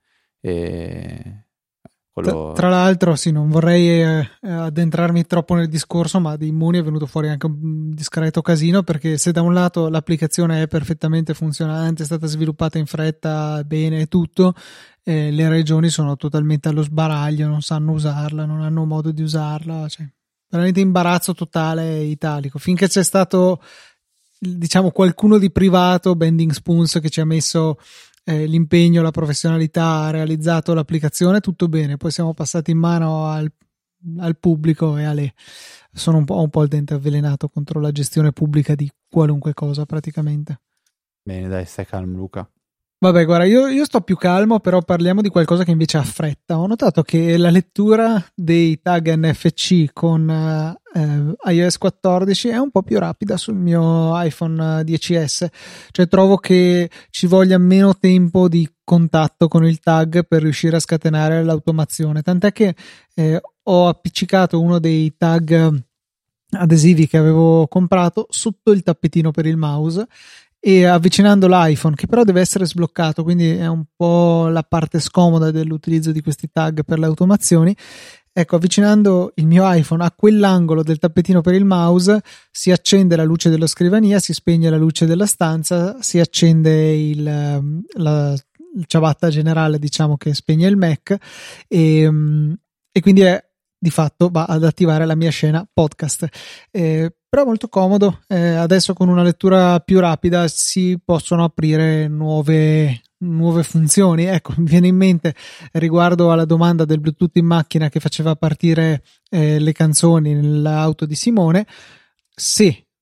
Tra l'altro, sì, non vorrei addentrarmi troppo nel discorso, ma di Immuni è venuto fuori anche un discreto casino, perché se da un lato l'applicazione è perfettamente funzionante, è stata sviluppata in fretta, bene e tutto, le regioni sono totalmente allo sbaraglio, non sanno usarla, non hanno modo di usarla, cioè veramente imbarazzo totale italico. Finché c'è stato, diciamo, qualcuno di privato, Bending Spoons, che ci ha messo l'impegno, la professionalità, ha realizzato l'applicazione, tutto bene. Poi siamo passati in mano al pubblico e sono un po' il dente avvelenato contro la gestione pubblica di qualunque cosa praticamente. Bene, dai, stai calmo, Luca. Vabbè, guarda, io sto più calmo, però parliamo di qualcosa che invece ha fretta. Ho notato che la lettura dei tag NFC con iOS 14 è un po' più rapida sul mio iPhone 10S, cioè trovo che ci voglia meno tempo di contatto con il tag per riuscire a scatenare l'automazione, tant'è che ho appiccicato uno dei tag adesivi che avevo comprato sotto il tappetino per il mouse, e avvicinando l'iPhone, che però deve essere sbloccato, quindi è un po' la parte scomoda dell'utilizzo di questi tag per le automazioni. Ecco, avvicinando il mio iPhone a quell'angolo del tappetino per il mouse, si accende la luce della scrivania, si spegne la luce della stanza, si accende la ciabatta generale, diciamo, che spegne il Mac, e quindi di fatto va ad attivare la mia scena podcast. Però molto comodo. Adesso con una lettura più rapida si possono aprire nuove funzioni. Ecco, mi viene in mente, riguardo alla domanda del Bluetooth in macchina che faceva partire le canzoni nell'auto di Simone, se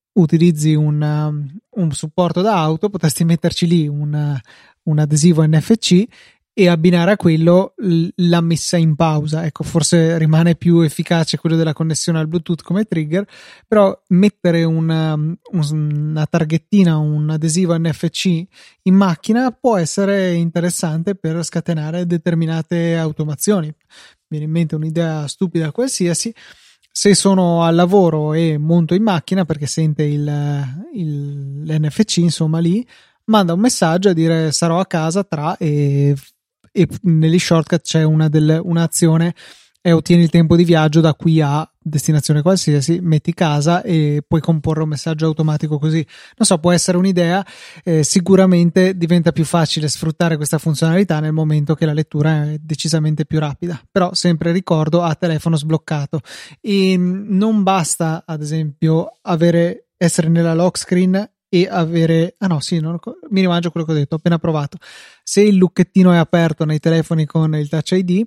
utilizzi un supporto da auto, potresti metterci lì un adesivo NFC e abbinare a quello la messa in pausa. Ecco, forse rimane più efficace quello della connessione al Bluetooth come trigger, però mettere una targhettina, un adesivo NFC in macchina può essere interessante per scatenare determinate automazioni. Mi viene in mente un'idea stupida qualsiasi. Se sono al lavoro e monto in macchina perché sente l'NFC, insomma, lì manda un messaggio a dire sarò a casa tra, e negli shortcut c'è un'azione e ottieni il tempo di viaggio da qui a destinazione qualsiasi, metti casa e puoi comporre un messaggio automatico così. Non so, può essere un'idea. Sicuramente diventa più facile sfruttare questa funzionalità nel momento che la lettura è decisamente più rapida, però sempre ricordo a telefono sbloccato. E non basta, ad esempio, essere nella lock screen e avere mi rimangio quello che ho detto, ho appena provato. Se il lucchettino è aperto nei telefoni con il Touch ID,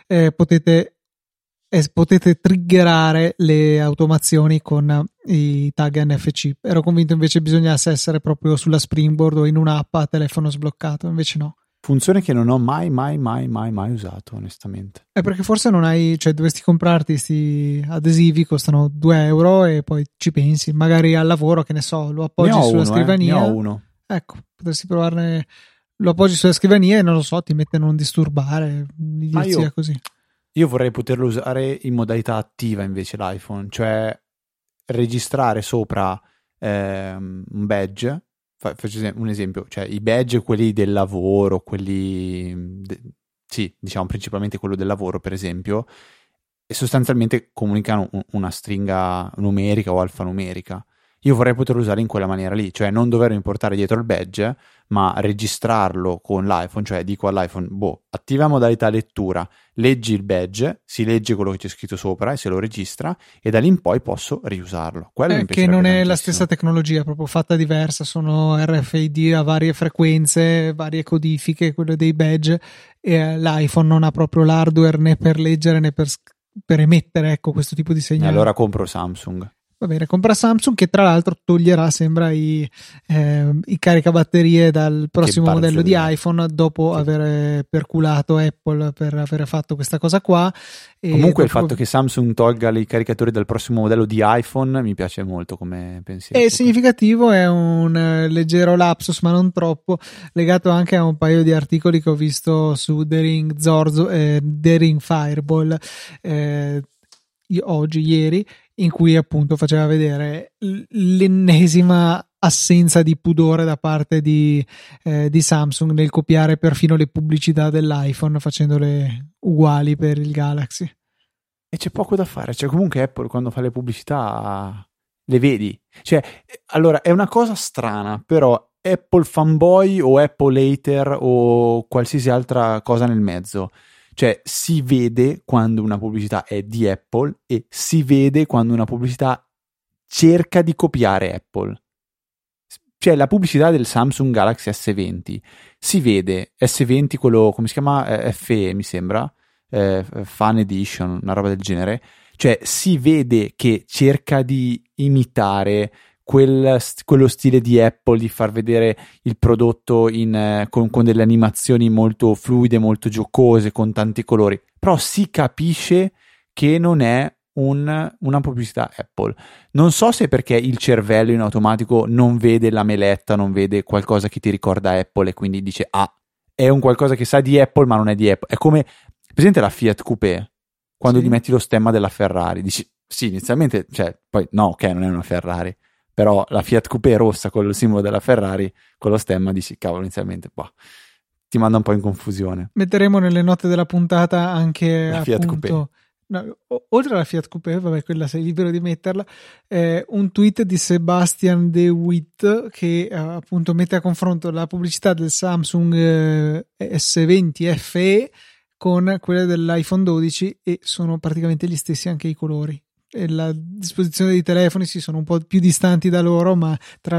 potete triggerare le automazioni con i tag NFC. Ero convinto invece bisognasse essere proprio sulla Springboard o in un'app a telefono sbloccato, invece no. Funzione che non ho mai usato, onestamente. È perché forse non hai, cioè dovresti comprarti questi adesivi, costano 2 euro e poi ci pensi, magari al lavoro, che ne so, lo appoggi sulla scrivania. Ne ho uno. Ecco, potresti provarne, lo appoggi sulla scrivania e non lo so, ti mette a non disturbare, idiozia così. Io vorrei poterlo usare in modalità attiva invece l'iPhone, cioè registrare sopra un badge. Faccio un esempio, cioè i badge, quelli del lavoro, sì, diciamo principalmente quello del lavoro per esempio, e sostanzialmente comunicano una stringa numerica o alfanumerica. Io vorrei poterlo usare in quella maniera lì, cioè non doverlo importare dietro il badge, ma registrarlo con l'iPhone, cioè dico all'iPhone, attiva modalità lettura, leggi il badge, si legge quello che c'è scritto sopra e se lo registra, e da lì in poi posso riusarlo. Che non è la stessa tecnologia, proprio fatta diversa, sono RFID a varie frequenze, varie codifiche, quello dei badge, e l'iPhone non ha proprio l'hardware né per leggere né per emettere, ecco, questo tipo di segnale. Allora compro Samsung. Va bene, compra Samsung, che tra l'altro toglierà, sembra, i caricabatterie dal prossimo modello di iPhone dopo aver perculato Apple per aver fatto questa cosa qua. Comunque il fatto che Samsung tolga i caricatori dal prossimo modello di iPhone mi piace molto come pensiero. È significativo, è un leggero lapsus, ma non troppo, legato anche a un paio di articoli che ho visto su Daring Fireball ieri, in cui appunto faceva vedere l'ennesima assenza di pudore da parte di Samsung nel copiare perfino le pubblicità dell'iPhone facendole uguali per il Galaxy. E c'è poco da fare, cioè comunque Apple quando fa le pubblicità le vedi, cioè allora è una cosa strana, però Apple fanboy o Apple hater o qualsiasi altra cosa nel mezzo. Cioè si vede quando una pubblicità è di Apple e si vede quando una pubblicità cerca di copiare Apple. Cioè la pubblicità del Samsung Galaxy S20 si vede, S20 quello come si chiama, FE mi sembra, Fan Edition, una roba del genere, cioè si vede che cerca di imitare quello stile di Apple di far vedere il prodotto con delle animazioni molto fluide, molto giocose, con tanti colori, però si capisce che non è una pubblicità Apple. Non so se perché il cervello in automatico non vede la meletta, non vede qualcosa che ti ricorda Apple e quindi dice è un qualcosa che sa di Apple ma non è di Apple. È come, presente la Fiat Coupé, quando gli metti lo stemma della Ferrari, dici sì, inizialmente, cioè poi no, ok, non è una Ferrari, però la Fiat Coupé rossa con il simbolo della Ferrari, con lo stemma, dici cavolo, inizialmente ti manda un po' in confusione. Metteremo nelle note della puntata anche la Fiat Coupé. No, oltre alla Fiat Coupé, vabbè, quella sei libero di metterla, un tweet di Sebastian De Witt che appunto mette a confronto la pubblicità del Samsung S20 FE con quella dell'iPhone 12 e sono praticamente gli stessi anche i colori. E la disposizione dei telefoni sono un po' più distanti tra loro, ma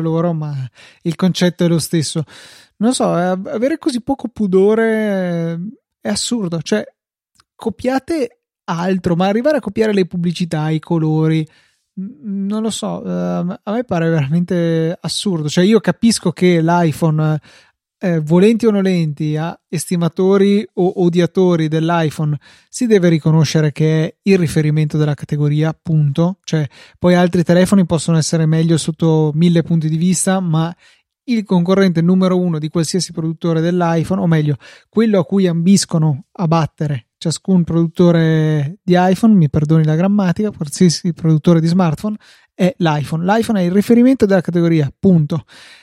il concetto è lo stesso. Non so, avere così poco pudore è assurdo, cioè copiate altro, ma arrivare a copiare le pubblicità, i colori, Non lo so, a me pare veramente assurdo. Cioè, io capisco che l'iPhone, volenti o nolenti, a estimatori o odiatori dell'iPhone, si deve riconoscere che è il riferimento della categoria, punto. Cioè, poi altri telefoni possono essere meglio sotto 1000 punti di vista, ma il concorrente numero uno di qualsiasi produttore dell'iPhone, o meglio, quello a cui ambiscono a battere ciascun produttore di iPhone, mi perdoni la grammatica, qualsiasi produttore di smartphone, è l'iPhone. L'iPhone è il riferimento della categoria, punto.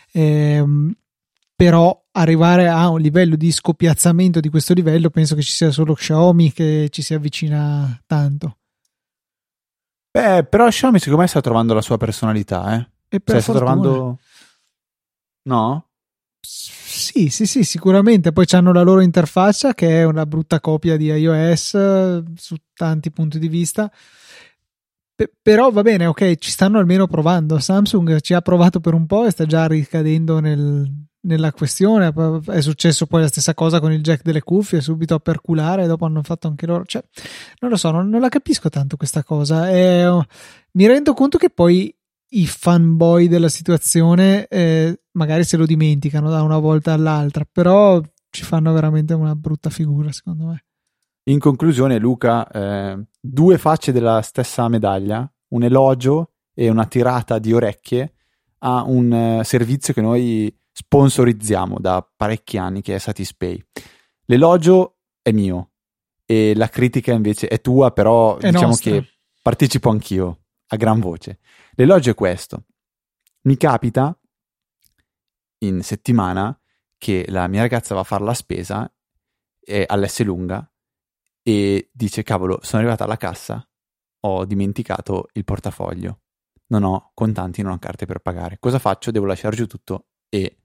Però arrivare a un livello di scopiazzamento di questo livello, penso che ci sia solo Xiaomi che ci si avvicina tanto. Però Xiaomi secondo me sta trovando la sua personalità, E per sta trovando... No? Sì, sicuramente. Poi hanno la loro interfaccia che è una brutta copia di iOS su tanti punti di vista. Però va bene, ok, ci stanno almeno provando. Samsung ci ha provato per un po' e sta già ricadendo nella questione. È successo poi la stessa cosa con il jack delle cuffie, subito a perculare, e dopo hanno fatto anche loro. Cioè, non lo so, non la capisco tanto questa cosa. Mi rendo conto che poi i fanboy della situazione magari se lo dimenticano da una volta all'altra, però ci fanno veramente una brutta figura, secondo me. In conclusione, Luca, due facce della stessa medaglia, un elogio e una tirata di orecchie a un servizio che noi sponsorizziamo da parecchi anni, che è Satispay. L'elogio è mio e la critica invece è tua, però è diciamo nostra. che partecipo anch'io a gran voce. L'elogio è questo: mi capita in settimana che la mia ragazza va a fare la spesa all'Esselunga e dice: cavolo, sono arrivata alla cassa, ho dimenticato il portafoglio, non ho contanti, non ho carte per pagare, cosa faccio? Devo lasciare giù tutto e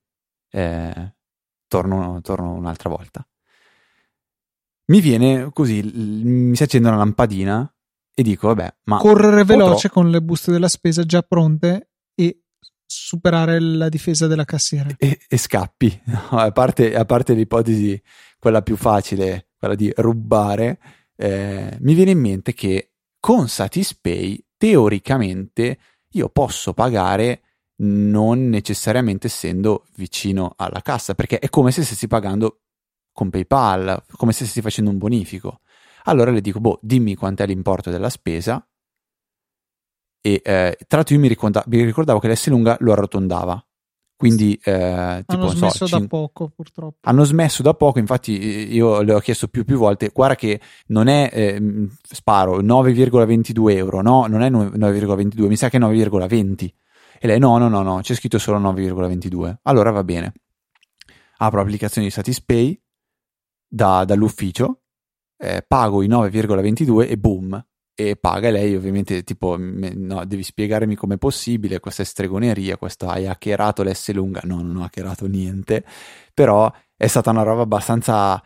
torno un'altra volta. Mi viene così, mi si accende una lampadina e dico: vabbè, ma correre veloce con le buste della spesa già pronte e superare la difesa della cassiera e scappi. No, a parte l'ipotesi quella più facile, quella di rubare, mi viene in mente che con Satispay teoricamente io posso pagare non necessariamente essendo vicino alla cassa, perché è come se stessi pagando con PayPal, come se stessi facendo un bonifico. Allora le dico: dimmi quant'è l'importo della spesa. E tra l'altro io mi ricordavo che l'Esselunga lo arrotondava, quindi hanno smesso da poco, purtroppo. Hanno smesso da poco, infatti io le ho chiesto più volte: guarda che non è sparo 9,22 euro, no, non è 9,22, mi sa che è 9,20. E lei no, c'è scritto solo 9,22. Allora va bene, apro l'applicazione di Satispay dall'ufficio, pago i 9,22 e boom, e paga. Lei ovviamente tipo: no, devi spiegarmi com'è possibile, questa è stregoneria, questo hai hackerato l'Esselunga. No, non ho hackerato niente, però è stata una roba abbastanza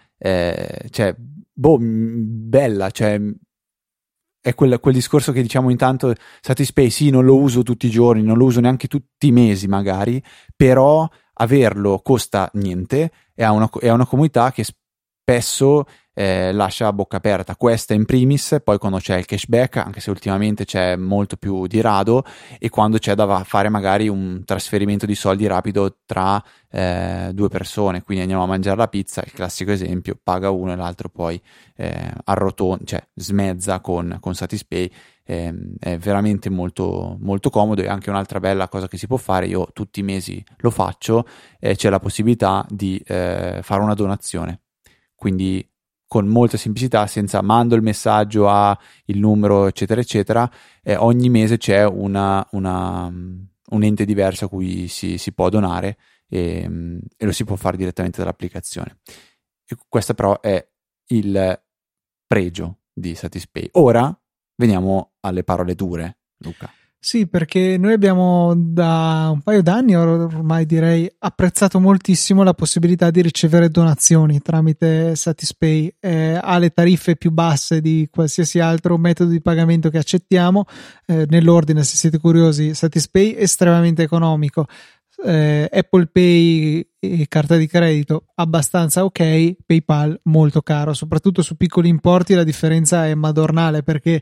bella, cioè è quel discorso che diciamo intanto: Satispay sì, non lo uso tutti i giorni, non lo uso neanche tutti i mesi magari, però averlo costa niente e ha una comunità che spesso lascia a bocca aperta. Questa in primis, poi quando c'è il cashback, anche se ultimamente c'è molto più di rado, e quando c'è da fare magari un trasferimento di soldi rapido tra due persone, quindi andiamo a mangiare la pizza, il classico esempio, paga uno e l'altro poi arrotonda, cioè smezza con Satispay. È veramente molto, molto comodo. E anche un'altra bella cosa che si può fare, io tutti i mesi lo faccio, c'è la possibilità di fare una donazione, quindi con molta semplicità, senza mando il messaggio a il numero eccetera eccetera, ogni mese c'è un ente diverso a cui si può donare e lo si può fare direttamente dall'applicazione. E questo però è il pregio di Satispay. Ora veniamo alle parole dure, Luca. Sì, perché noi abbiamo da un paio d'anni ormai, direi, apprezzato moltissimo la possibilità di ricevere donazioni tramite Satispay. Ha le tariffe più basse di qualsiasi altro metodo di pagamento che accettiamo. Nell'ordine, se siete curiosi: Satispay estremamente economico, Apple Pay e carta di credito abbastanza ok, PayPal molto caro, soprattutto su piccoli importi la differenza è madornale, perché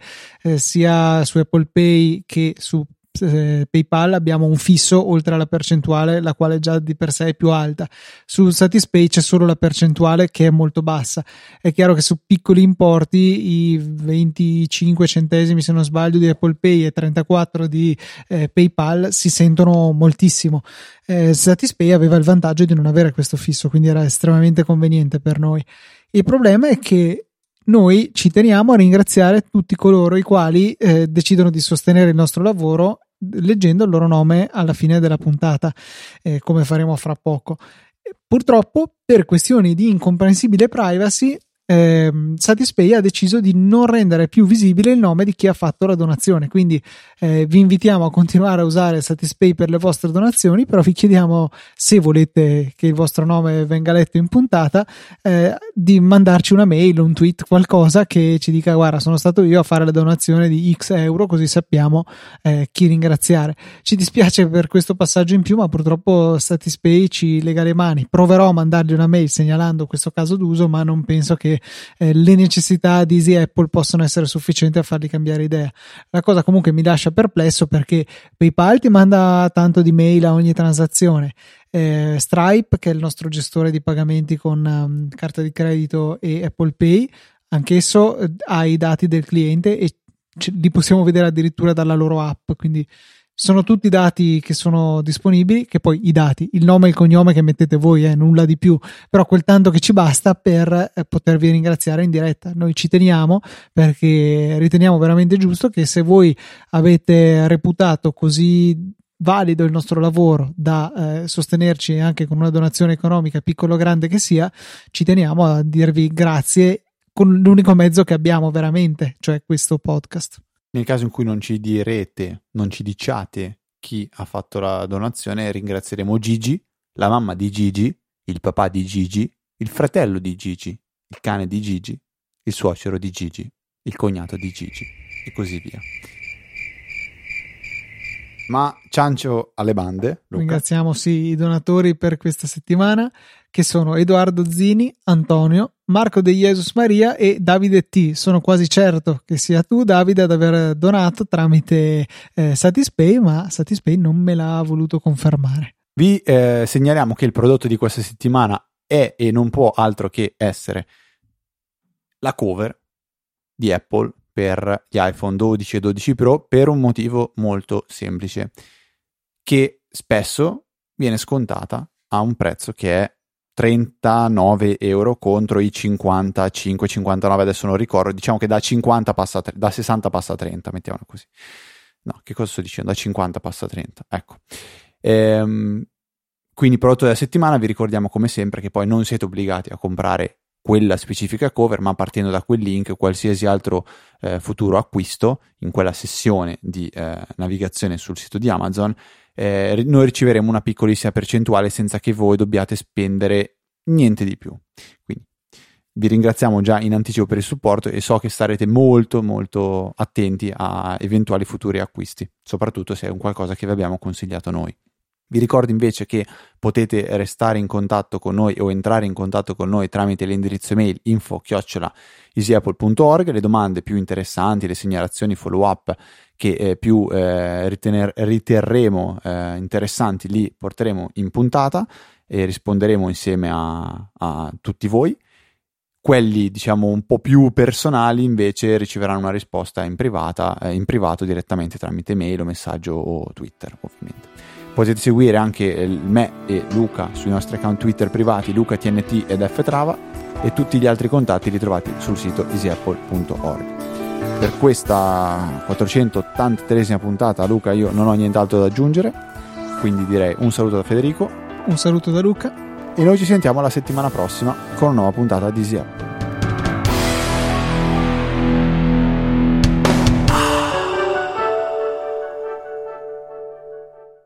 sia su Apple Pay che su PayPal abbiamo un fisso oltre alla percentuale, la quale già di per sé è più alta. Su Satispay c'è solo la percentuale che è molto bassa. È chiaro che su piccoli importi i 25 centesimi se non sbaglio di Apple Pay e 34 di PayPal si sentono moltissimo. Satispay aveva il vantaggio di non avere questo fisso, quindi era estremamente conveniente per noi. Il problema è che noi ci teniamo a ringraziare tutti coloro i quali decidono di sostenere il nostro lavoro leggendo il loro nome alla fine della puntata, come faremo fra poco. Purtroppo, per questioni di incomprensibile privacy, Satispay ha deciso di non rendere più visibile il nome di chi ha fatto la donazione, quindi vi invitiamo a continuare a usare Satispay per le vostre donazioni, però vi chiediamo, se volete che il vostro nome venga letto in puntata, di mandarci una mail, un tweet, qualcosa che ci dica: guarda, sono stato io a fare la donazione di X euro, così sappiamo chi ringraziare. Ci dispiace per questo passaggio in più, ma purtroppo Satispay ci lega le mani. Proverò a mandargli una mail segnalando questo caso d'uso, ma non penso che le necessità di Easy Apple possono essere sufficienti a fargli cambiare idea. La cosa comunque mi lascia perplesso, perché PayPal ti manda tanto di mail a ogni transazione, Stripe, che è il nostro gestore di pagamenti con carta di credito, e Apple Pay, anch'esso ha i dati del cliente e li possiamo vedere addirittura dalla loro app, quindi sono tutti dati che sono disponibili, che poi i dati, il nome e il cognome che mettete voi, nulla di più, però quel tanto che ci basta per potervi ringraziare in diretta. Noi ci teniamo, perché riteniamo veramente giusto che, se voi avete reputato così valido il nostro lavoro da sostenerci anche con una donazione economica, piccola o grande che sia, ci teniamo a dirvi grazie con l'unico mezzo che abbiamo veramente, cioè questo podcast. Nel caso in cui non ci direte, non ci diciate chi ha fatto la donazione, ringrazieremo Gigi, la mamma di Gigi, il papà di Gigi, il fratello di Gigi, il cane di Gigi, il suocero di Gigi, il cognato di Gigi e così via. Ma ciancio alle bande, Luca. Ringraziamo i donatori per questa settimana, che sono Edoardo Zini, Antonio, Marco De Jesus Maria e Davide T. Sono quasi certo che sia tu, Davide, ad aver donato tramite Satispay, ma Satispay non me l'ha voluto confermare. Vi segnaliamo che il prodotto di questa settimana è e non può altro che essere la cover di Apple per gli iPhone 12 e 12 Pro, per un motivo molto semplice, che spesso viene scontata a un prezzo che è 39 euro contro i 55-59, adesso non ricordo, diciamo che da 60 passa a 30, mettiamola così. No, che cosa sto dicendo? Da 50 passa a 30, ecco. Quindi prodotto della settimana, vi ricordiamo come sempre che poi non siete obbligati a comprare quella specifica cover, ma partendo da quel link, qualsiasi altro futuro acquisto in quella sessione di navigazione sul sito di Amazon, noi riceveremo una piccolissima percentuale senza che voi dobbiate spendere niente di più. Quindi vi ringraziamo già in anticipo per il supporto e so che starete molto molto attenti a eventuali futuri acquisti, soprattutto se è un qualcosa che vi abbiamo consigliato noi. Vi ricordo invece che potete restare in contatto con noi o entrare in contatto con noi tramite l'indirizzo email info@easyapple.org. Le domande più interessanti, le segnalazioni follow up che più riterremo interessanti li porteremo in puntata e risponderemo insieme a tutti voi. Quelli, diciamo, un po' più personali invece riceveranno una risposta in privato direttamente tramite mail o messaggio o Twitter, ovviamente. Potete seguire anche me e Luca sui nostri account Twitter privati, LucaTNT ed Ftrava, e tutti gli altri contatti li trovate sul sito easyapple.org. Per questa 483esima puntata, Luca, io non ho nient'altro da aggiungere, quindi direi un saluto da Federico, un saluto da Luca, e noi ci sentiamo la settimana prossima con una nuova puntata di Easy Apple.